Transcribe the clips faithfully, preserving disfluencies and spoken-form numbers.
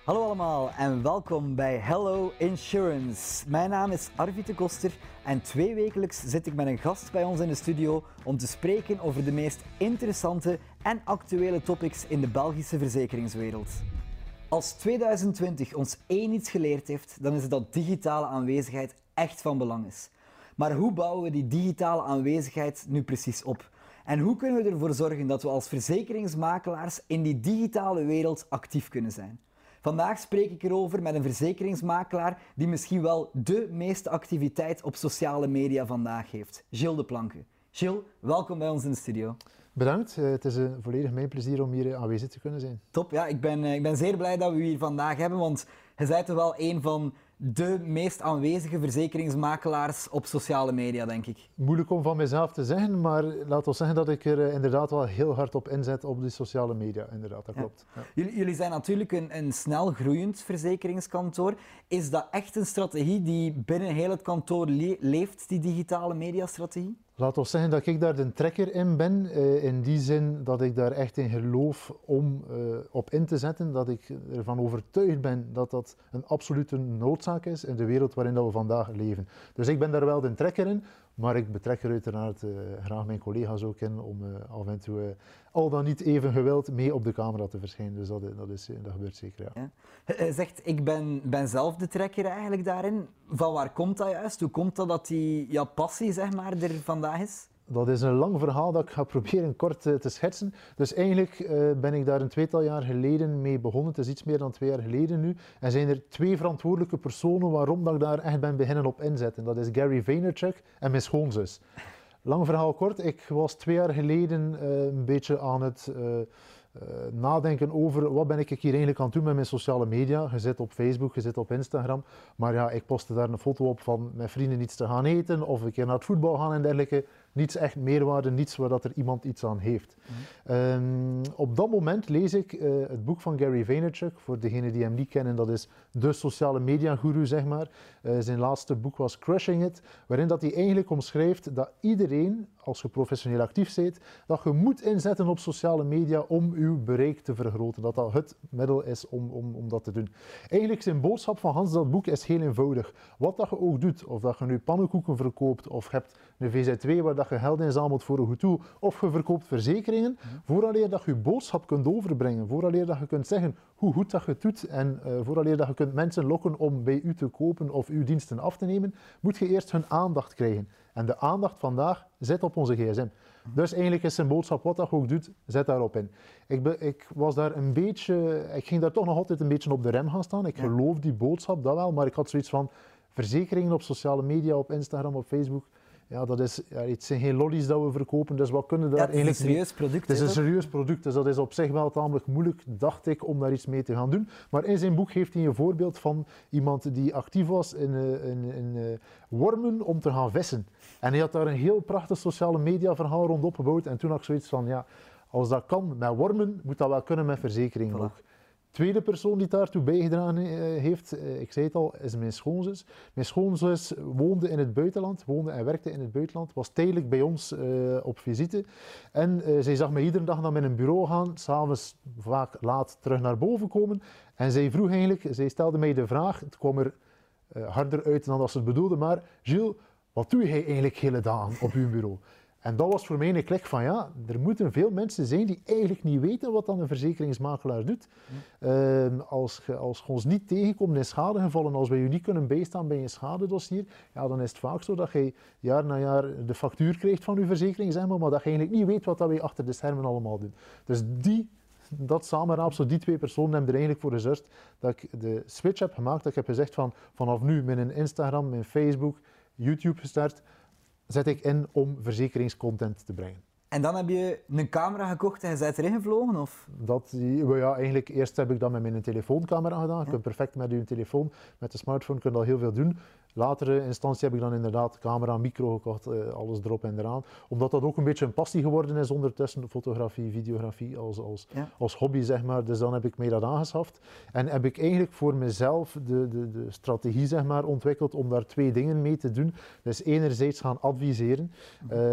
Hallo allemaal en welkom bij Hello Insurance. Mijn naam is Arvid de Koster en twee wekelijks zit ik met een gast bij ons in de studio om te spreken over de meest interessante en actuele topics in de Belgische verzekeringswereld. Als tweeduizend twintig ons één iets geleerd heeft, dan is het dat digitale aanwezigheid echt van belang is. Maar hoe bouwen we die digitale aanwezigheid nu precies op? En hoe kunnen we ervoor zorgen dat we als verzekeringsmakelaars in die digitale wereld actief kunnen zijn? Vandaag spreek ik erover met een verzekeringsmakelaar die misschien wel de meeste activiteit op sociale media vandaag heeft, Gilles de Planke. Gilles, welkom bij ons in de studio. Bedankt, het is een volledig mijn plezier om hier aanwezig te kunnen zijn. Top, ja, ik ben, ik ben zeer blij dat we u hier vandaag hebben, want je bent toch wel een van de meest aanwezige verzekeringsmakelaars op sociale media, denk ik. Moeilijk om van mezelf te zeggen, maar laat ons zeggen dat ik er inderdaad wel heel hard op inzet op de sociale media. Inderdaad, dat klopt. Ja. Ja. Jullie, jullie zijn natuurlijk een, een snel groeiend verzekeringskantoor. Is dat echt een strategie die binnen heel het kantoor le- leeft, die digitale mediastrategie? Laat ons zeggen dat ik daar de trekker in ben, uh, in die zin dat ik daar echt in geloof om uh, op in te zetten, dat ik ervan overtuigd ben dat dat een absolute noodzaak is in de wereld waarin dat we vandaag leven. Dus ik ben daar wel de trekker in, maar ik betrek er uiteraard uh, graag mijn collega's ook in om uh, af en toe uh, al dan niet even gewild mee op de camera te verschijnen. Dus dat, dat, is, dat gebeurt zeker, ja. Ja. Hij zegt, ik ben, ben zelf de trekker eigenlijk daarin. Van waar komt dat juist? Hoe komt dat dat die ja, passie zeg maar, er vandaag is? Dat is een lang verhaal dat ik ga proberen kort uh, te schetsen. Dus eigenlijk uh, ben ik daar een tweetal jaar geleden mee begonnen. Het is iets meer dan twee jaar geleden nu. En zijn er twee verantwoordelijke personen waarom dat ik daar echt ben beginnen op inzetten. Dat is Gary Vaynerchuk en mijn schoonzus. Lang verhaal kort, ik was twee jaar geleden uh, een beetje aan het uh, uh, nadenken over wat ben ik hier eigenlijk aan het doen met mijn sociale media. Je zit op Facebook, je zit op Instagram, maar ja, ik postte daar een foto op van met vrienden iets te gaan eten of een keer naar het voetbal gaan en dergelijke. Niets echt meerwaarde, niets waar dat er iemand iets aan heeft. Mm-hmm. Um, op dat moment lees ik uh, het boek van Gary Vaynerchuk. Voor degenen die hem niet kennen, dat is de sociale media guru, zeg maar. Uh, zijn laatste boek was Crushing It, waarin dat hij eigenlijk omschrijft dat iedereen, als je professioneel actief bent, dat je moet inzetten op sociale media om je bereik te vergroten. Dat dat het middel is om, om, om dat te doen. Eigenlijk zijn boodschap van Hans dat boek is heel eenvoudig. Wat dat je ook doet, of dat je nu pannenkoeken verkoopt, of je hebt een V Z twee waar dat je geld inzamelt voor een goed doel, of je verkoopt verzekeringen, mm-hmm. vooraleer dat je je boodschap kunt overbrengen, vooraleer dat je kunt zeggen hoe goed dat je het doet en uh, vooraleer dat je kunt mensen lokken om bij u te kopen of uw diensten af te nemen, moet je eerst hun aandacht krijgen. En de aandacht vandaag zit op onze gsm. Mm-hmm. Dus eigenlijk is zijn boodschap, wat dat je ook doet, zet daarop in. Ik, be, ik was daar een beetje, ik ging daar toch nog altijd een beetje op de rem gaan staan. Ik ja. geloof die boodschap, dat wel, maar ik had zoiets van verzekeringen op sociale media, op Instagram, op Facebook. Ja, dat is, ja, het zijn geen lollies dat we verkopen, dus wat kunnen daar ja, het is eigenlijk... een serieus product. Het is een serieus product, dus dat is op zich wel tamelijk moeilijk, dacht ik, om daar iets mee te gaan doen. Maar in zijn boek geeft hij een voorbeeld van iemand die actief was in, uh, in, in uh, wormen om te gaan vissen. En hij had daar een heel prachtig sociale media verhaal rond opgebouwd. En toen had ik zoiets van, ja, als dat kan met wormen, moet dat wel kunnen met verzekeringen voilà. ook. Tweede persoon die daartoe bijgedragen uh, heeft, uh, ik zei het al, is mijn schoonzus. Mijn schoonzus woonde in het buitenland, woonde en werkte in het buitenland, was tijdelijk bij ons uh, op visite. En uh, zij zag mij iedere dag naar mijn bureau gaan, s'avonds vaak laat terug naar boven komen. En zij vroeg eigenlijk, zij stelde mij de vraag, het kwam er uh, harder uit dan dat ze het bedoelde, maar Gilles, wat doe jij eigenlijk hele dagen op uw bureau? En dat was voor mij een klik van ja, er moeten veel mensen zijn die eigenlijk niet weten wat dan een verzekeringsmakelaar doet. Ja. Uh, als je als je ons niet tegenkomt in schadegevallen, als wij je niet kunnen bijstaan bij een schadedossier, ja, dan is het vaak zo dat je jaar na jaar de factuur krijgt van je verzekering, zeg maar, maar dat je eigenlijk niet weet wat dat wij achter de schermen allemaal doen. Dus die, dat samenraapsel, die twee personen hebben er eigenlijk voor gezorgd dat ik de switch heb gemaakt, dat ik heb gezegd van vanaf nu mijn Instagram, mijn Facebook, YouTube gestart, zet ik in om verzekeringscontent te brengen. En dan heb je een camera gekocht en je bent erin gevlogen? Of? Dat, ja, eigenlijk eerst heb ik dat met mijn telefooncamera gedaan. Je ja. kunt perfect met je telefoon, met de smartphone kun je al heel veel doen. Latere instantie heb ik dan inderdaad camera, micro gekocht, alles erop en eraan. Omdat dat ook een beetje een passie geworden is ondertussen, fotografie, videografie als, als, ja. als hobby, zeg maar. Dus dan heb ik mij dat aangeschaft. En heb ik eigenlijk voor mezelf de, de, de strategie, zeg maar, ontwikkeld om daar twee dingen mee te doen. Dus enerzijds gaan adviseren. Uh,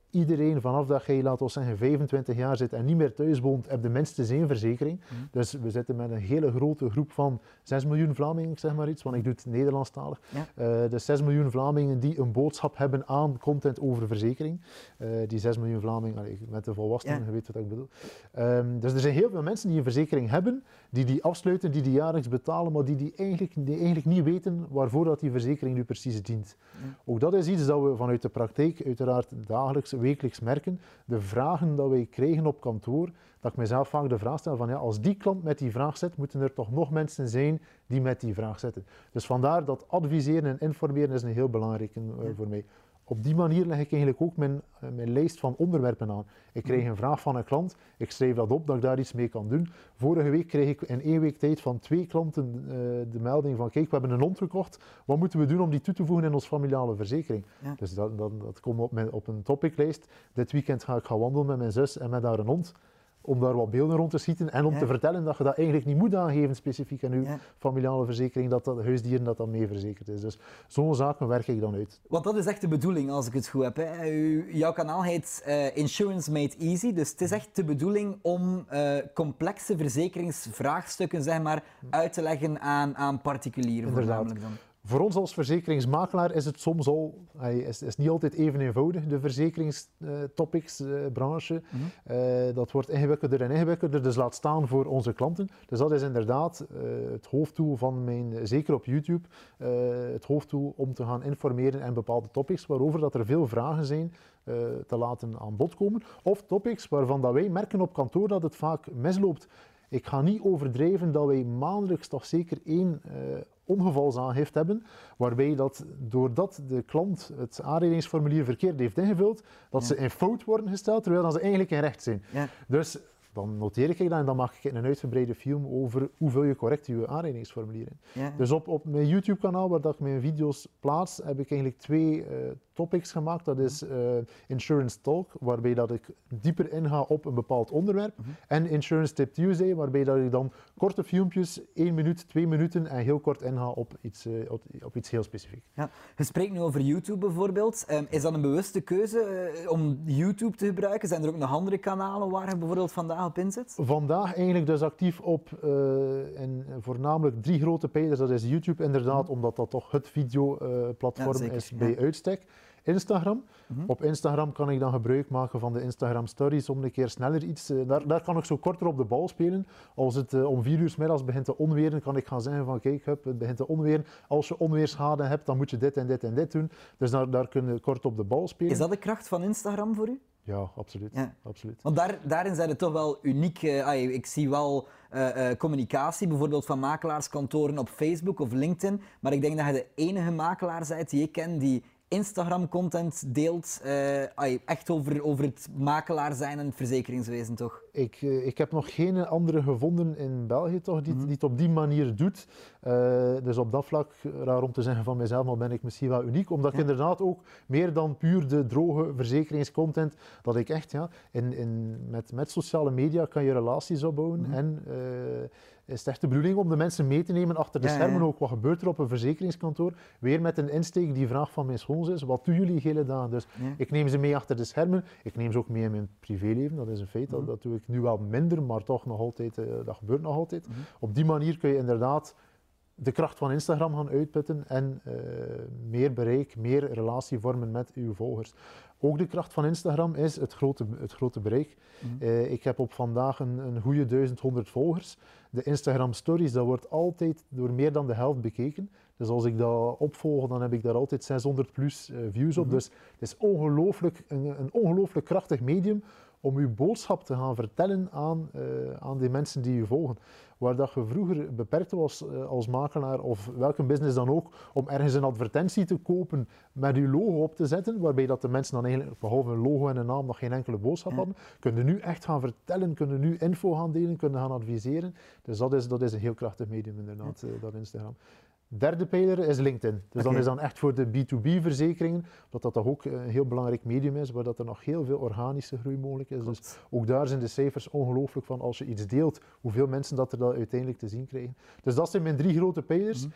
iedereen vanaf dat jij, laat ons zeggen, vijfentwintig jaar zit en niet meer thuis woont, heb de minstens één verzekering. Mm. Dus we zitten met een hele grote groep van zes miljoen Vlamingen, zeg maar iets, want ik doe het Nederlandstalig. Ja. Uh, dus zes miljoen Vlamingen die een boodschap hebben aan content over verzekering. Uh, die zes miljoen Vlamingen, allee, met de volwassenen, ja. Je weet wat ik bedoel. Um, dus er zijn heel veel mensen die een verzekering hebben, die die afsluiten, die die jaarlijks betalen, maar die, die, eigenlijk, die eigenlijk niet weten waarvoor dat die verzekering nu precies dient. Ja. Ook dat is iets dat we vanuit de praktijk uiteraard dagelijks, wekelijks merken. De vragen dat wij krijgen op kantoor, dat ik mezelf vaak de vraag stel van ja, als die klant met die vraag zit, moeten er toch nog mensen zijn die met die vraag zitten. Dus vandaar dat adviseren en informeren is een heel belangrijke uh, ja. voor mij. Op die manier leg ik eigenlijk ook mijn, uh, mijn lijst van onderwerpen aan. Ik krijg een vraag van een klant, ik schrijf dat op dat ik daar iets mee kan doen. Vorige week kreeg ik in één week tijd van twee klanten uh, de melding van kijk, we hebben een hond gekocht, wat moeten we doen om die toe te voegen in onze familiale verzekering? Ja. Dus dat, dat, dat komt op, mijn, op een topiclijst. Dit weekend ga ik gaan wandelen met mijn zus en met haar een hond. Om daar wat beelden rond te schieten en om ja. te vertellen dat je dat eigenlijk niet moet aangeven specifiek in je ja. familiale verzekering, dat dat huisdieren dat dan mee verzekerd is. Dus zo'n zaken werk ik dan uit. Want dat is echt de bedoeling, als ik het goed heb. Hè. U, jouw kanaal heet uh, Insurance Made Easy, dus het is echt de bedoeling om uh, complexe verzekeringsvraagstukken zeg maar, uit te leggen aan, aan particulieren voornamelijk dan. Voor ons als verzekeringsmakelaar is het soms al, is, is niet altijd even eenvoudig, de verzekeringstopics, uh, branche. Mm-hmm. Uh, dat wordt ingewikkelder en ingewikkelder, dus laat staan voor onze klanten. Dus dat is inderdaad uh, het hoofddoel van mijn, zeker op YouTube, uh, het hoofddoel om te gaan informeren en bepaalde topics waarover dat er veel vragen zijn uh, te laten aan bod komen. Of topics waarvan dat wij merken op kantoor dat het vaak misloopt. Ik ga niet overdrijven dat wij maandelijks toch zeker één uh, ongevalsaangifte hebben, waarbij dat doordat de klant het aanrijdingsformulier verkeerd heeft ingevuld, dat ja. ze in fout worden gesteld, terwijl dat ze eigenlijk in recht zijn. Ja. Dus dan noteer ik dat en dan maak ik een uitgebreide film over hoe vul je correct je aanrijdingsformulier in. Ja. Dus op, op mijn YouTube-kanaal, waar dat ik mijn video's plaats, heb ik eigenlijk twee uh, topics gemaakt. Dat is uh, Insurance Talk, waarbij dat ik dieper inga op een bepaald onderwerp. Mm-hmm. En Insurance Tip Tuesday, waarbij dat ik dan korte filmpjes, één minuut, twee minuten en heel kort inga op iets, uh, op, op iets heel specifiek. Ja. Je spreekt nu over YouTube bijvoorbeeld. Um, is dat een bewuste keuze uh, om YouTube te gebruiken? Zijn er ook nog andere kanalen waar je bijvoorbeeld vandaag op inzet? Vandaag eigenlijk dus actief op uh, in voornamelijk drie grote pijlers. Dat is YouTube inderdaad, mm-hmm. omdat dat toch het videoplatform uh, is bij ja. uitstek. Instagram. Mm-hmm. Op Instagram kan ik dan gebruik maken van de Instagram Stories om een keer sneller iets... Uh, daar, daar kan ik zo korter op de bal spelen. Als het uh, om vier uur 's middags begint te onweren, kan ik gaan zeggen van kijk, hup, het begint te onweren. Als je onweersschade hebt, dan moet je dit en dit en dit doen. Dus daar, daar kun je kort op de bal spelen. Is dat de kracht van Instagram voor u? Ja, absoluut. Ja. absoluut. Want daar, daarin zijn het toch wel uniek. Uh, ik zie wel uh, uh, communicatie, bijvoorbeeld van makelaarskantoren op Facebook of LinkedIn. Maar ik denk dat je de enige makelaar bent die ik ken die Instagram-content deelt, uh, echt over, over het makelaar zijn en het verzekeringswezen, toch? Ik, uh, ik heb nog geen andere gevonden in België, toch, die, mm-hmm. die het op die manier doet. Uh, dus op dat vlak, raar om te zeggen van mezelf, maar ben ik misschien wel uniek. Omdat ja. ik inderdaad ook meer dan puur de droge verzekeringscontent, dat ik echt, ja, in, in, met, met sociale media kan je relaties opbouwen mm-hmm. en... Uh, is het echt de bedoeling om de mensen mee te nemen achter de ja, schermen, ja. ook wat gebeurt er op een verzekeringskantoor, weer met een insteek die vraag van mijn schoons is, wat doen jullie hele dagen? Dus ja. ik neem ze mee achter de schermen, ik neem ze ook mee in mijn privéleven, dat is een feit, mm-hmm. dat, dat doe ik nu wel minder, maar toch nog altijd, uh, dat gebeurt nog altijd. Mm-hmm. Op die manier kun je inderdaad de kracht van Instagram gaan uitputten en uh, meer bereik, meer relatie vormen met uw volgers. Ook de kracht van Instagram is het grote, het grote bereik. Mm-hmm. Uh, ik heb op vandaag een, een goede duizendhonderd volgers. De Instagram Stories, dat wordt altijd door meer dan de helft bekeken. Dus als ik dat opvolg, dan heb ik daar altijd zeshonderd plus uh, views op. Mm-hmm. Dus het is ongelooflijk, een, een ongelooflijk krachtig medium om uw boodschap te gaan vertellen aan, uh, aan die mensen die u volgen. Waar dat je vroeger beperkt was uh, als makelaar of welke business dan ook, om ergens een advertentie te kopen met uw logo op te zetten, waarbij dat de mensen dan eigenlijk, behalve een logo en een naam, nog geen enkele boodschap ja. hadden, kunnen nu echt gaan vertellen, kunnen nu info gaan delen, kunnen gaan adviseren. Dus dat is, dat is een heel krachtig medium inderdaad, ja. uh, dat Instagram. Derde pijler is LinkedIn. Dus okay. dan is dan echt voor de B twee B verzekeringen, dat dat toch ook een heel belangrijk medium is, waar dat er nog heel veel organische groei mogelijk is. Klopt. Dus ook daar zijn de cijfers ongelooflijk van als je iets deelt, hoeveel mensen dat er dan uiteindelijk te zien krijgen. Dus dat zijn mijn drie grote pijlers. Mm-hmm.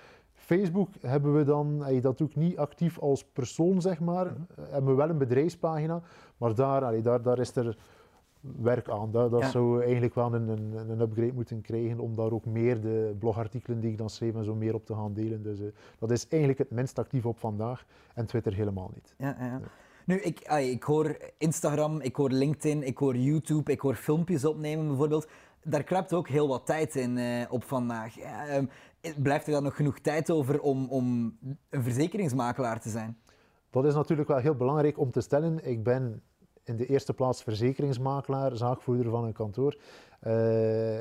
Facebook hebben we dan, dat doe ik niet actief als persoon, zeg maar. Mm-hmm. Hebben we wel een bedrijfspagina, maar daar, allee, daar, daar is er werk aan. Dat, dat ja. zou eigenlijk wel een, een, een upgrade moeten krijgen om daar ook meer de blogartikelen die ik dan schreef en zo meer op te gaan delen. Dus uh, dat is eigenlijk het minst actief op vandaag en Twitter helemaal niet. Ja, ja. Ja. Nu, ik, ay, ik hoor Instagram, ik hoor LinkedIn, ik hoor YouTube, ik hoor filmpjes opnemen bijvoorbeeld. Daar kruipt ook heel wat tijd in uh, op vandaag. Ja, um, blijft er dan nog genoeg tijd over om, om een verzekeringsmakelaar te zijn? Dat is natuurlijk wel heel belangrijk om te stellen. Ik ben in de eerste plaats verzekeringsmakelaar, zaakvoerder van een kantoor. Uh,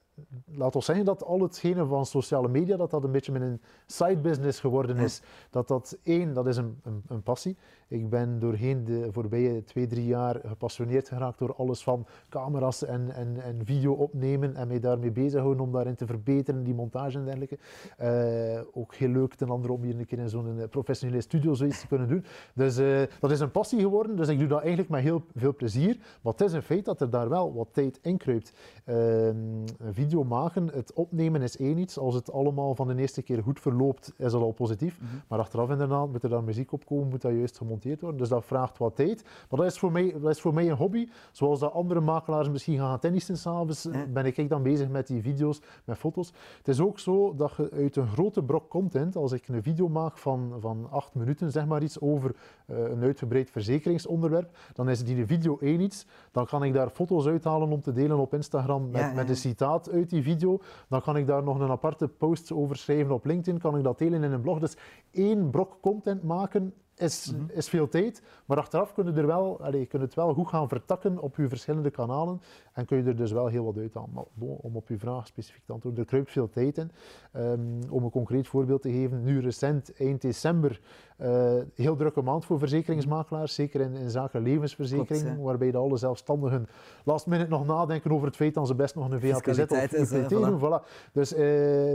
Laat ons zeggen dat al hetgene van sociale media, dat dat een beetje een side business geworden is. Ja. Dat dat één, dat is een, een, een passie. Ik ben doorheen de voorbije twee, drie jaar gepassioneerd geraakt door alles van camera's en, en, en video opnemen en mij daarmee bezighouden om daarin te verbeteren, die montage en dergelijke. Uh, ook heel leuk ten andere om hier een keer in zo'n professionele studio zoiets te kunnen doen. Dus uh, dat is een passie geworden, dus ik doe dat eigenlijk met heel veel plezier. Maar het is een feit dat er daar wel wat tijd in kruipt. Uh, video maken, het opnemen is één iets. Als het allemaal van de eerste keer goed verloopt, is dat al positief. Mm-hmm. Maar achteraf inderdaad, moet er dan muziek op komen, moet dat juist gemonteerd worden. Dus dat vraagt wat tijd. Maar dat is voor mij, dat is voor mij een hobby. Zoals dat andere makelaars misschien gaan tennissen s'avonds, ja. ben ik dan bezig met die video's, met foto's. Het is ook zo dat je uit een grote brok content, als ik een video maak van, van acht minuten, zeg maar iets, over uh, een uitgebreid verzekeringsonderwerp, dan is die video één iets. Dan kan ik daar foto's uithalen om te delen op Instagram met, ja, ja. met een citaat uit die video. Dan kan ik daar nog een aparte post over schrijven op LinkedIn, kan ik dat delen in een blog. Dus één brok content maken is, mm-hmm. is veel tijd, maar achteraf kun je, er wel, allez, kun je het wel goed gaan vertakken op je verschillende kanalen en kun je er dus wel heel wat uit halen. Maar bon, om op je vraag specifiek te antwoorden, er kruipt veel tijd in. Um, om een concreet voorbeeld te geven, nu recent, eind december, uh, heel drukke maand voor verzekeringsmakelaars, zeker in, in zaken levensverzekering, Klopt, waarbij de alle zelfstandigen last minute nog nadenken over het feit dat ze best nog een V A T Z of U P T doen. Voilà. Dus uh,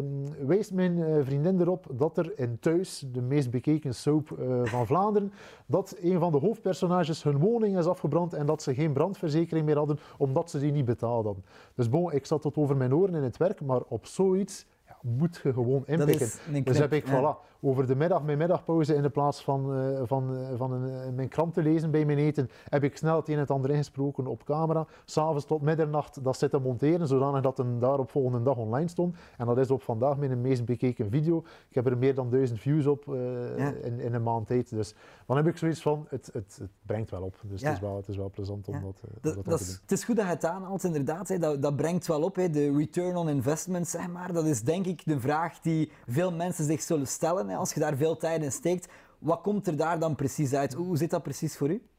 wijst mijn uh, vriendin erop dat er in Thuis, de meest bekeken soap uh, van Vlaanderen, dat een van de hoofdpersonages hun woning is afgebrand en dat ze geen brandverzekering meer hadden, omdat ze die niet betaald hadden. Dus bon, ik zat tot over mijn oren in het werk, maar op zoiets ja, moet je gewoon inpikken. Dus heb ik, ja. voilà, over de middag, mijn middagpauze, in de plaats van, uh, van, uh, van een, mijn krant te lezen bij mijn eten, heb ik snel het een en het ander ingesproken op camera. S'avonds tot middernacht dat zitten monteren, zodanig dat een daaropvolgende dag online stond. En dat is op vandaag mijn meest bekeken video. Ik heb er meer dan duizend views op uh, ja. in, in een maand tijd. Dus dan heb ik zoiets van, het, het, het brengt wel op. Dus ja. het, is wel, het is wel plezant om ja. dat, uh, dat, dat, dat te doen. Is, het is goed dat je het aanhaalt, inderdaad. Hè. Dat, dat brengt wel op, hè. De return on investment, zeg maar. Dat is denk ik de vraag die veel mensen zich zullen stellen. Hè. Als je daar veel tijd in steekt, wat komt er daar dan precies uit? Hoe zit dat precies voor u?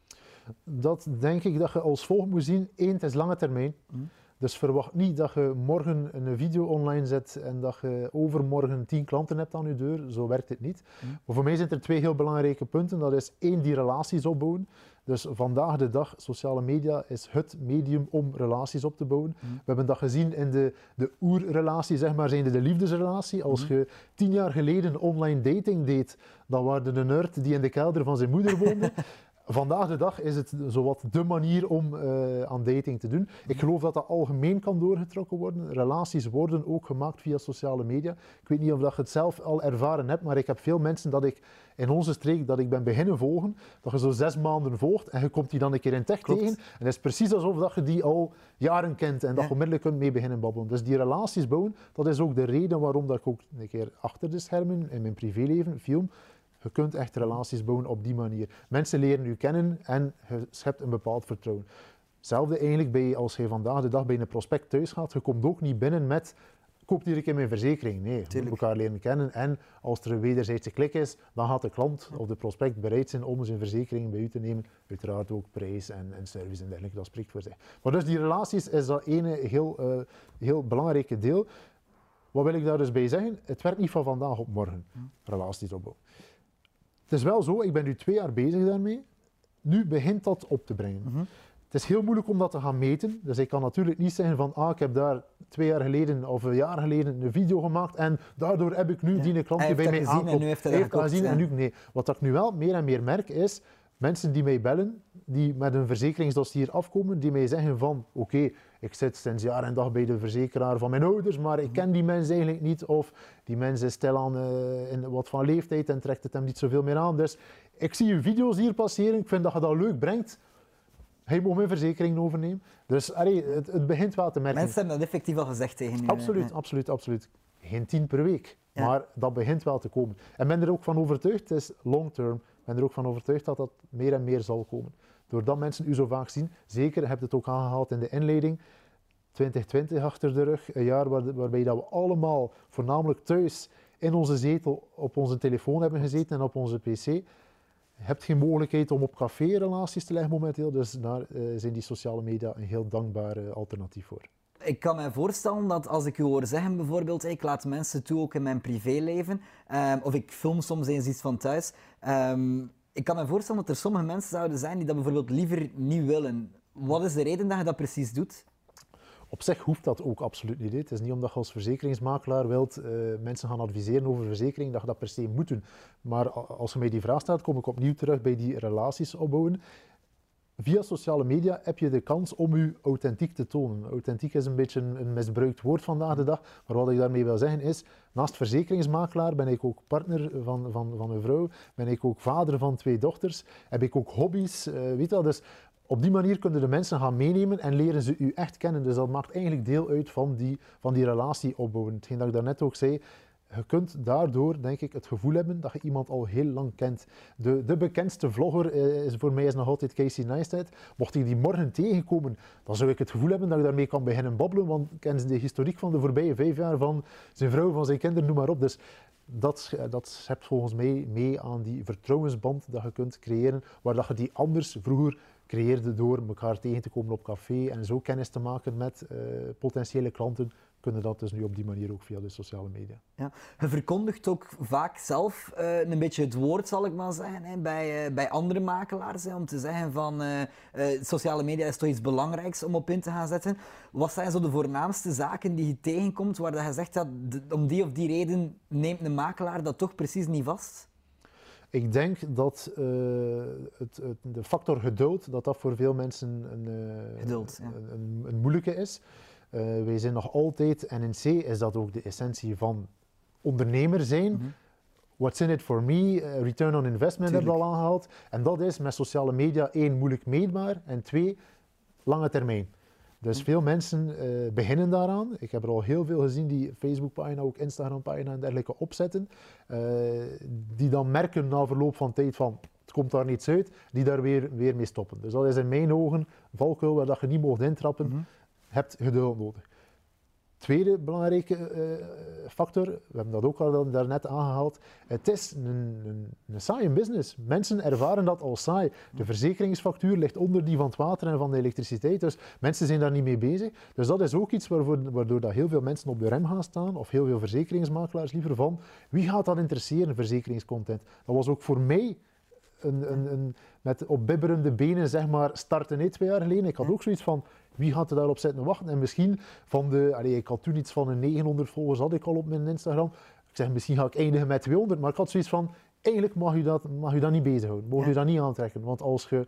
Dat denk ik dat je als volgt moet zien. Eén, het is lange termijn. Mm. Dus verwacht niet dat je morgen een video online zet en dat je overmorgen tien klanten hebt aan je deur. Zo werkt het niet. Mm. Maar voor mij zijn er twee heel belangrijke punten. Dat is één, die relaties opbouwen. Dus vandaag de dag, sociale media is het medium om relaties op te bouwen. Mm. We hebben dat gezien in de, de oerrelatie, zeg maar, zijn de, de liefdesrelatie. Als mm. je tien jaar geleden online dating deed, dan waren een nerd die in de kelder van zijn moeder woonde. Vandaag de dag is het zowat de manier om uh, aan dating te doen. Ik geloof dat dat algemeen kan doorgetrokken worden. Relaties worden ook gemaakt via sociale media. Ik weet niet of dat je het zelf al ervaren hebt, maar ik heb veel mensen dat ik in onze streek dat ik ben beginnen volgen, dat je zo zes maanden volgt en je komt die dan een keer in tech Klopt. tegen. En het is precies alsof dat je die al jaren kent en dat ja. je onmiddellijk kunt mee beginnen babbelen. Dus die relaties bouwen, dat is ook de reden waarom dat ik ook een keer achter de schermen in mijn privéleven film. Je kunt echt relaties bouwen op die manier. Mensen leren je kennen en je schept een bepaald vertrouwen. Hetzelfde eigenlijk bij, als je vandaag de dag bij een prospect thuis gaat. Je komt ook niet binnen met, koop hier een keer mijn verzekering. Nee, je moet elkaar leren kennen. En als er een wederzijdse klik is, dan gaat de klant of de prospect bereid zijn om zijn verzekering bij u te nemen. Uiteraard ook prijs en, en service en dergelijke, dat spreekt voor zich. Maar dus die relaties is dat ene heel, uh, heel belangrijke deel. Wat wil ik daar dus bij zeggen? Het werkt niet van vandaag op morgen, relaties opbouwen. Het is wel zo, ik ben nu twee jaar bezig daarmee. Nu begint dat op te brengen. Mm-hmm. Het is heel moeilijk om dat te gaan meten. Dus ik kan natuurlijk niet zeggen van ah, ik heb daar twee jaar geleden of een jaar geleden een video gemaakt en daardoor heb ik nu ja. die klant die bij mij aankomt. En nu heeft hij dat gezien en nu nee. Wat ik nu wel meer en meer merk is, mensen die mij bellen, die met een verzekeringsdossier afkomen, die mij zeggen van oké, okay, ik zit sinds jaar en dag bij de verzekeraar van mijn ouders, maar ik ken die mens eigenlijk niet. Of die mens is stilaan uh, in wat van leeftijd en trekt het hem niet zoveel meer aan. Dus ik zie je video's hier passeren, ik vind dat je dat leuk brengt. Hij mag mijn verzekering overnemen. Dus allee, het, het begint wel te merken. Mensen hebben dat effectief al gezegd tegen u. Absoluut, ja. absoluut, absoluut. Geen tien per week, Ja. maar dat begint wel te komen. En ben er ook van overtuigd, het is long term, ik ben er ook van overtuigd dat dat meer en meer zal komen. Doordat mensen u zo vaak zien, zeker, heb je het ook aangehaald in de inleiding, twintig twintig achter de rug, een jaar waar, waarbij dat we allemaal, voornamelijk thuis, in onze zetel op onze telefoon hebben gezeten en op onze pc. Je hebt geen mogelijkheid om op café relaties te leggen momenteel, dus daar uh, zijn die sociale media een heel dankbaar uh, alternatief voor. Ik kan me voorstellen dat als ik u hoor zeggen bijvoorbeeld, ik laat mensen toe ook in mijn privéleven, um, of ik film soms eens iets van thuis, um, ik kan me voorstellen dat er sommige mensen zouden zijn die dat bijvoorbeeld liever niet willen. Wat is de reden dat je dat precies doet? Op zich hoeft dat ook absoluut niet. Hè. Het is niet omdat je als verzekeringsmakelaar wilt uh, mensen gaan adviseren over verzekering dat je dat per se moet doen. Maar als je mij die vraag stelt, kom ik opnieuw terug bij die relaties opbouwen. Via sociale media heb je de kans om je authentiek te tonen. Authentiek is een beetje een, een misbruikt woord vandaag de dag, maar wat ik daarmee wil zeggen is, naast verzekeringsmakelaar ben ik ook partner van, van, van een vrouw, ben ik ook vader van twee dochters, heb ik ook hobby's, uh, weet je wel. Dus op die manier kunnen de mensen gaan meenemen en leren ze u echt kennen. Dus dat maakt eigenlijk deel uit van die, van die relatie opbouwen. Hetgeen dat ik daarnet ook zei, je kunt daardoor, denk ik, het gevoel hebben dat je iemand al heel lang kent. De, de bekendste vlogger uh, is voor mij is nog altijd Casey Neistat. Mocht ik die morgen tegenkomen, dan zou ik het gevoel hebben dat ik daarmee kan beginnen babbelen, want ik ken de historiek van de voorbije vijf jaar van zijn vrouw, van zijn kinderen, noem maar op. Dus dat, dat schept volgens mij mee aan die vertrouwensband dat je kunt creëren, waar dat je die anders vroeger creëerde door elkaar tegen te komen op café en zo kennis te maken met uh, potentiële klanten, kunnen dat dus nu op die manier ook via de sociale media. Ja. Je verkondigt ook vaak zelf uh, een beetje het woord, zal ik maar zeggen, hè, bij, uh, bij andere makelaars, hè, om te zeggen van uh, uh, sociale media is toch iets belangrijks om op in te gaan zetten. Wat zijn zo de voornaamste zaken die je tegenkomt waar dat je zegt dat de, om die of die reden neemt een makelaar dat toch precies niet vast? Ik denk dat uh, het, het, de factor geduld, dat dat voor veel mensen een, uh, geduld, ja. een, een, een moeilijke is. Uh, wij zijn nog altijd, en in C is dat ook de essentie van ondernemer zijn. Mm-hmm. What's in it for me? Uh, return on investment hebben we al aangehaald. En dat is met sociale media één, moeilijk meetbaar en twee, lange termijn. Dus mm-hmm. veel mensen uh, beginnen daaraan. Ik heb er al heel veel gezien die Facebookpagina, ook Instagrampagina en dergelijke opzetten. Uh, die dan merken na verloop van tijd van, het komt daar niets uit, die daar weer, weer mee stoppen. Dus dat is in mijn ogen een valkuil waar dat je niet mocht intrappen. Mm-hmm. Hebt geduld nodig. Tweede belangrijke uh, factor, we hebben dat ook al daarnet aangehaald, het is een, een, een saaie business. Mensen ervaren dat als saai. De verzekeringsfactuur ligt onder die van het water en van de elektriciteit, dus mensen zijn daar niet mee bezig. Dus dat is ook iets waarvoor, waardoor dat heel veel mensen op de rem gaan staan, of heel veel verzekeringsmakelaars liever van, wie gaat dat interesseren, verzekeringscontent? Dat was ook voor mij een, een, een, met op bibberende benen zeg maar, starten nee, twee jaar geleden. Ik had ook zoiets van, wie gaat er daarop zitten wachten? En misschien van de, allee, ik had toen iets van een negenhonderd volgers had ik al op mijn Instagram. Ik zeg, misschien ga ik eindigen met tweehonderd, maar ik had zoiets van, eigenlijk mag u dat, mag u dat niet bezighouden. Mag u dat niet aantrekken, want als je,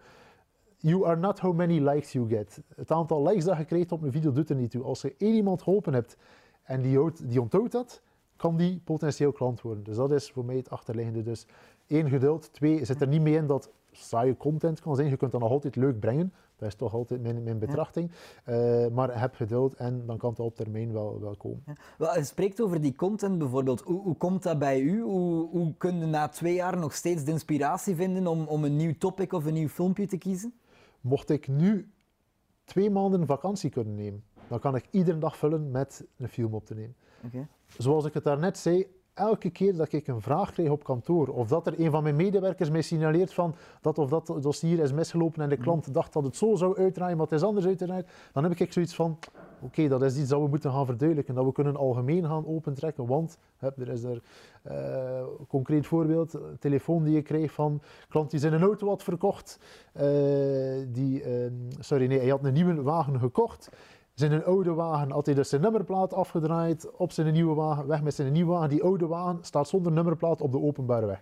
you are not how many likes you get. Het aantal likes dat je krijgt op een video doet er niet toe. Als je één iemand geholpen hebt en die, houdt, die onthoudt dat, kan die potentieel klant worden. Dus dat is voor mij het achterliggende. Dus één, geduld. Twee, zit er niet mee in dat saaie content kan zijn. Je kunt dat nog altijd leuk brengen. Dat is toch altijd mijn, mijn betrachting. Uh, maar heb geduld en dan kan het op termijn wel, wel komen. Ja. Wel, je spreekt over die content bijvoorbeeld. Hoe, hoe komt dat bij u? Hoe, hoe kun je na twee jaar nog steeds de inspiratie vinden om, om een nieuw topic of een nieuw filmpje te kiezen? Mocht ik nu twee maanden vakantie kunnen nemen, dan kan ik iedere dag vullen met een film op te nemen. Okay. Zoals ik het daarnet zei, elke keer dat ik een vraag kreeg op kantoor, of dat er een van mijn medewerkers mij signaleert van dat of dat dossier is misgelopen en de klant dacht dat het zo zou uitdraaien, maar het is anders uitdraaien, dan heb ik zoiets van, oké, okay, dat is iets dat we moeten gaan verduidelijken, dat we kunnen algemeen gaan opentrekken, want hè, er is er uh, een concreet voorbeeld, een telefoon die je kreeg van klant die zijn auto had verkocht, uh, die, uh, sorry nee, hij had een nieuwe wagen gekocht. Zijn een oude wagen had hij dus zijn nummerplaat afgedraaid op zijn nieuwe wagen, weg met zijn nieuwe wagen. Die oude wagen staat zonder nummerplaat op de openbare weg.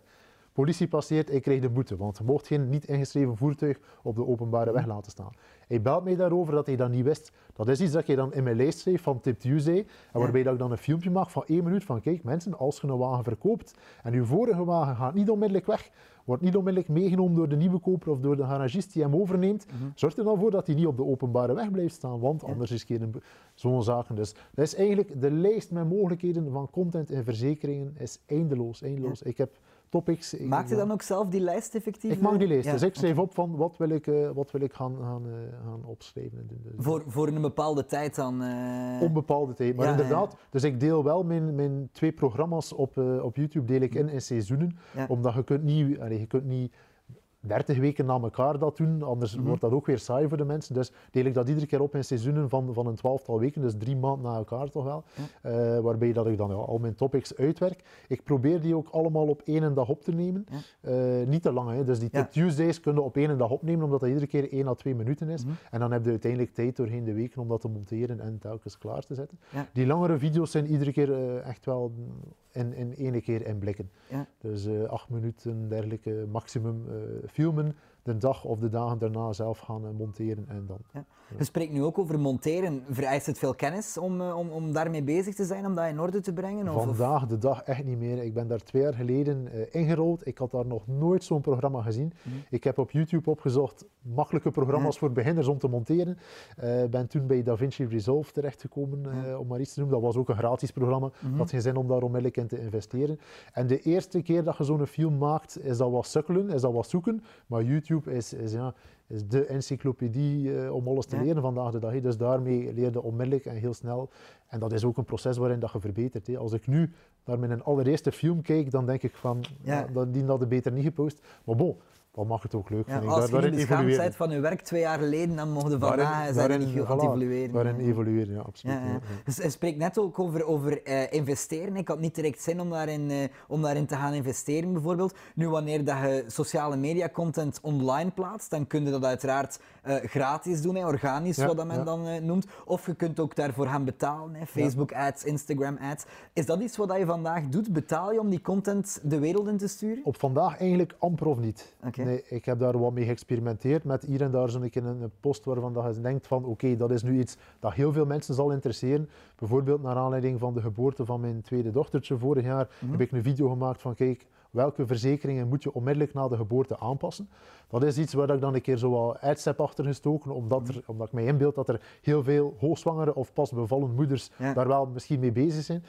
politie passeert, ik krijg de boete, want je mocht geen niet ingeschreven voertuig op de openbare weg laten staan. Hij belt mij daarover dat hij dat niet wist. Dat is iets dat je dan in mijn lijst schreef van Tip Tuesday, en waarbij dat ik dan een filmpje maak van één minuut van kijk mensen, als je een wagen verkoopt en uw vorige wagen gaat niet onmiddellijk weg, wordt niet onmiddellijk meegenomen door de nieuwe koper of door de garagist die hem overneemt, mm-hmm. zorg er dan voor dat hij niet op de openbare weg blijft staan, want ja. anders is geen zo'n zaken. Dus dat is eigenlijk de lijst met mogelijkheden van content en verzekeringen is eindeloos, eindeloos. Ja. Ik heb topics. Maakt je dan ook zelf die lijst effectief? Ik maak die lijst, ja. dus ik schrijf op van wat wil ik, uh, wat wil ik gaan, gaan, uh, gaan opschrijven. Dus voor, voor een bepaalde tijd dan? Uh... Onbepaalde tijd, maar ja, inderdaad. Ja. Dus ik deel wel mijn, mijn twee programma's op, uh, op YouTube deel ik in in seizoenen, ja. omdat je kunt niet, allez, je kunt niet dertig weken na elkaar dat doen, anders mm-hmm. wordt dat ook weer saai voor de mensen. Dus deel ik dat iedere keer op in seizoenen van, van een twaalftal weken, dus drie maanden na elkaar toch wel. Ja. Uh, waarbij dat ik dan ja, al mijn topics uitwerk. Ik probeer die ook allemaal op één dag op te nemen. Ja. Uh, niet te lang, hè. Dus die ja. Tuesdays kunnen op één dag opnemen, omdat dat iedere keer één à twee minuten is. Mm-hmm. En dan heb je uiteindelijk tijd doorheen de weken om dat te monteren en telkens klaar te zetten. Ja. Die langere video's zijn iedere keer uh, echt wel in, in één keer inblikken. Ja. Dus uh, acht minuten, dergelijke maximum uh, filmen, de dag of de dagen daarna zelf gaan uh, monteren en dan. Ja. Ja. Je spreekt nu ook over monteren. Vereist het veel kennis om, uh, om, om daarmee bezig te zijn, om dat in orde te brengen? Of, Vandaag de dag echt niet meer. Ik ben daar twee jaar geleden uh, ingerold. Ik had daar nog nooit zo'n programma gezien. Mm. Ik heb op YouTube opgezocht makkelijke programma's mm. voor beginners om te monteren. Ik uh, ben toen bij DaVinci Resolve terechtgekomen, uh, mm. om maar iets te noemen. Dat was ook een gratis programma. Ik mm-hmm. had geen zin om daar onmiddellijk in te investeren. En de eerste keer dat je zo'n film maakt, is dat wat sukkelen, is dat wat zoeken. Maar YouTube is, is, ja, is de encyclopedie uh, om alles te ja. leren vandaag de dag. Dus daarmee leer je onmiddellijk en heel snel. En dat is ook een proces waarin dat je verbetert. Hè. Als ik nu naar mijn allereerste film kijk, dan denk ik van, ja. Ja, die hadden beter niet gepost. Maar bon, dan mag het ook leuk. Ja, als je niet beschaamd bent van je werk twee jaar geleden, dan mogen vandaag zijn niet goed aan het evolueren. Waarin evolueren, ja, absoluut. Ja, ja. Ja, ja. Dus je spreekt net ook over, over uh, investeren. Ik had niet direct zin om daarin, uh, om daarin te gaan investeren, bijvoorbeeld. Nu, wanneer dat je sociale media content online plaatst, dan kun je dat uiteraard uh, gratis doen, hè, organisch, ja, wat dat men ja. dan uh, noemt. Of je kunt ook daarvoor gaan betalen, hè, Facebook ja. ads, Instagram ads. Is dat iets wat je vandaag doet? Betaal je om die content de wereld in te sturen? Op vandaag eigenlijk amper of niet. Okay. Nee, ik heb daar wat mee geëxperimenteerd met hier en daar zo'n keer een post waarvan dat je denkt van oké, okay, dat is nu iets dat heel veel mensen zal interesseren. Bijvoorbeeld naar aanleiding van de geboorte van mijn tweede dochtertje vorig jaar mm-hmm. heb ik een video gemaakt van kijk, welke verzekeringen moet je onmiddellijk na de geboorte aanpassen. Dat is iets waar ik dan een keer zo wat ads heb achter gestoken, omdat, er, omdat ik mij inbeeld dat er heel veel hoogzwangere of pas bevallen moeders ja. daar wel misschien mee bezig zijn.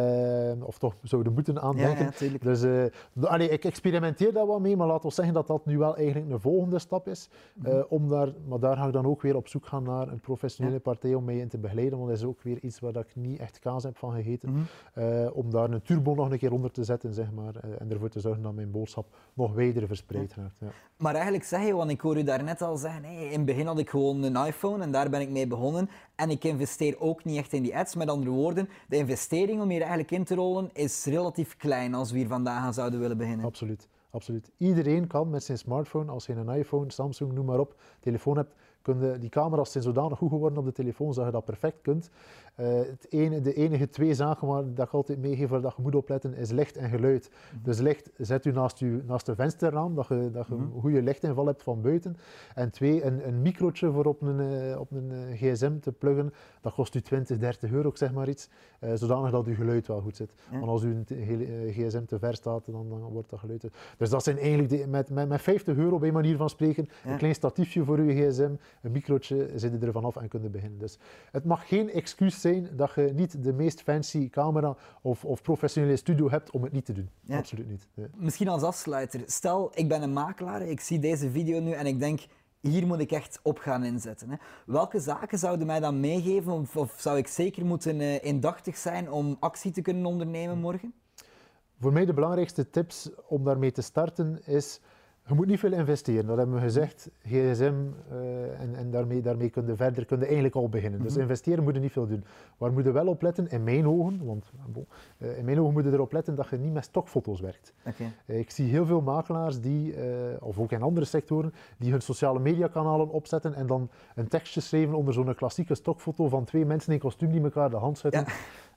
Uh, of toch zouden moeten aandenken. Ja, ja, dus uh, allee, ik experimenteer daar wat mee, maar laat ons zeggen dat dat nu wel eigenlijk een volgende stap is. Uh, mm-hmm. om daar, maar daar ga ik dan ook weer op zoek gaan naar een professionele ja. partij om mij in te begeleiden, want dat is ook weer iets waar ik niet echt kaas heb van gegeten. Mm-hmm. Uh, om daar een turbo nog een keer onder te zetten, zeg maar, uh, en ervoor te zorgen dat mijn boodschap nog wijder verspreid ja. raakt. Ja. Maar eigenlijk zeg je, want ik hoor u daarnet al zeggen, hey, in het begin had ik gewoon een iPhone en daar ben ik mee begonnen. En ik investeer ook niet echt in die ads. Met andere woorden, de investering om hier eigenlijk in te rollen is relatief klein als we hier vandaag aan zouden willen beginnen. Absoluut, absoluut. Iedereen kan met zijn smartphone, als je een iPhone, Samsung, noem maar op, telefoon hebt, kun die camera's zijn zodanig goed geworden op de telefoon dat je dat perfect kunt. Uh, het ene, de enige twee zaken waar dat ik altijd meegeef waar dat je moet opletten is licht en geluid. Mm-hmm. Dus licht zet u naast, u naast de vensterraam, dat je, dat je mm-hmm. een goede lichtinval hebt van buiten. En twee, een, een microotje voor op een, uh, op een uh, gsm te pluggen, dat kost u twintig, dertig euro, ik zeg maar iets, uh, zodanig dat uw geluid wel goed zit. Ja. Want als uw uh, gsm te ver staat, dan, dan wordt dat geluid. Dus dat zijn eigenlijk, de, met, met, met vijftig euro bij manier van spreken, ja. een klein statiefje voor uw gsm, een microotje, zit je er vanaf en kunt beginnen. Dus het mag geen excuus zijn dat je niet de meest fancy camera of, of professionele studio hebt om het niet te doen. Ja. Absoluut niet. Ja. Misschien als afsluiter, stel ik ben een makelaar, ik zie deze video nu en ik denk, hier moet ik echt op gaan inzetten. Hè. Welke zaken zouden mij dan meegeven of, of zou ik zeker moeten uh, indachtig zijn om actie te kunnen ondernemen morgen? Voor mij de belangrijkste tips om daarmee te starten is, je moet niet veel investeren, dat hebben we gezegd. gsm uh, en, en daarmee, daarmee kun je verder kun je eigenlijk al beginnen. Mm-hmm. Dus investeren moet je niet veel doen. Waar moet je wel op letten? In mijn ogen, want bon, uh, in mijn ogen moet je erop letten dat je niet met stokfoto's werkt. Okay. Uh, ik zie heel veel makelaars, die, uh, of ook in andere sectoren, die hun sociale mediakanalen opzetten en dan een tekstje schrijven onder zo'n klassieke stokfoto van twee mensen in kostuum die elkaar de hand schudden. Ja.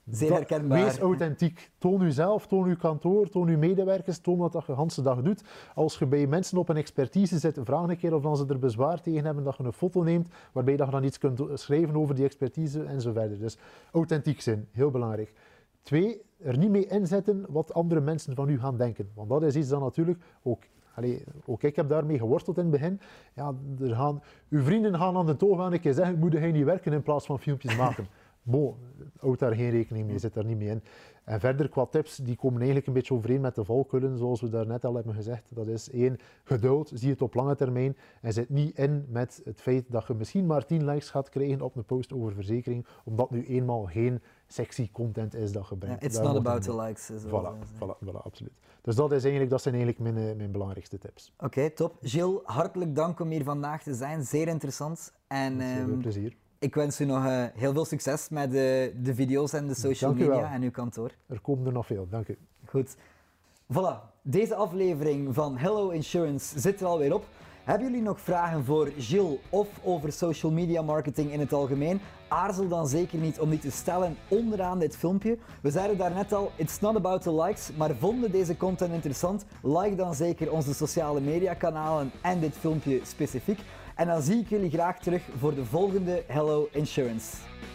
Zeer Dat- herkenbaar. Wees authentiek. Toon uzelf, toon uw kantoor, toon uw medewerkers, toon wat dat je de hele dag doet. Als je bij mensen op een expertise zit, vraag een keer of dan ze er bezwaar tegen hebben dat je een foto neemt, waarbij dat je dan iets kunt schrijven over die expertise en zo verder. Dus authentiek zijn, heel belangrijk. Twee, er niet mee inzetten wat andere mensen van u gaan denken. Want dat is iets dat natuurlijk ook... Allee, ook ik heb daarmee geworsteld in het begin. Ja, er gaan, uw vrienden gaan aan de toog gaan een keer zeggen, moet hij niet werken in plaats van filmpjes maken. Bon, houd daar geen rekening mee, zit daar niet mee in. En verder, qua tips, die komen eigenlijk een beetje overeen met de valkuilen, zoals we daarnet al hebben gezegd. Dat is één, geduld, zie het op lange termijn en zit niet in met het feit dat je misschien maar tien likes gaat krijgen op een post over verzekering, omdat nu eenmaal geen sexy content is dat je brengt. Ja, it's Daar not wordt about het the mee. likes. Zo Voilà, voilà, voilà, absoluut. Dus dat, is eigenlijk, dat zijn eigenlijk mijn, eh, mijn belangrijkste tips. Oké, okay, top. Gilles, hartelijk dank om hier vandaag te zijn. Zeer interessant. En Met veel um, plezier. ik wens u nog uh, heel veel succes met de, de video's en de social Dank u media wel. en uw kantoor. Er komen er nog veel, dank u. Goed. Voilà, deze aflevering van Hello Insurance zit er alweer op. Hebben jullie nog vragen voor Gilles of over social media marketing in het algemeen? Aarzel dan zeker niet om die te stellen onderaan dit filmpje. We zeiden daarnet al, it's not about the likes, maar vonden deze content interessant? Like dan zeker onze sociale media kanalen en dit filmpje specifiek. En dan zie ik jullie graag terug voor de volgende Hello Insurance.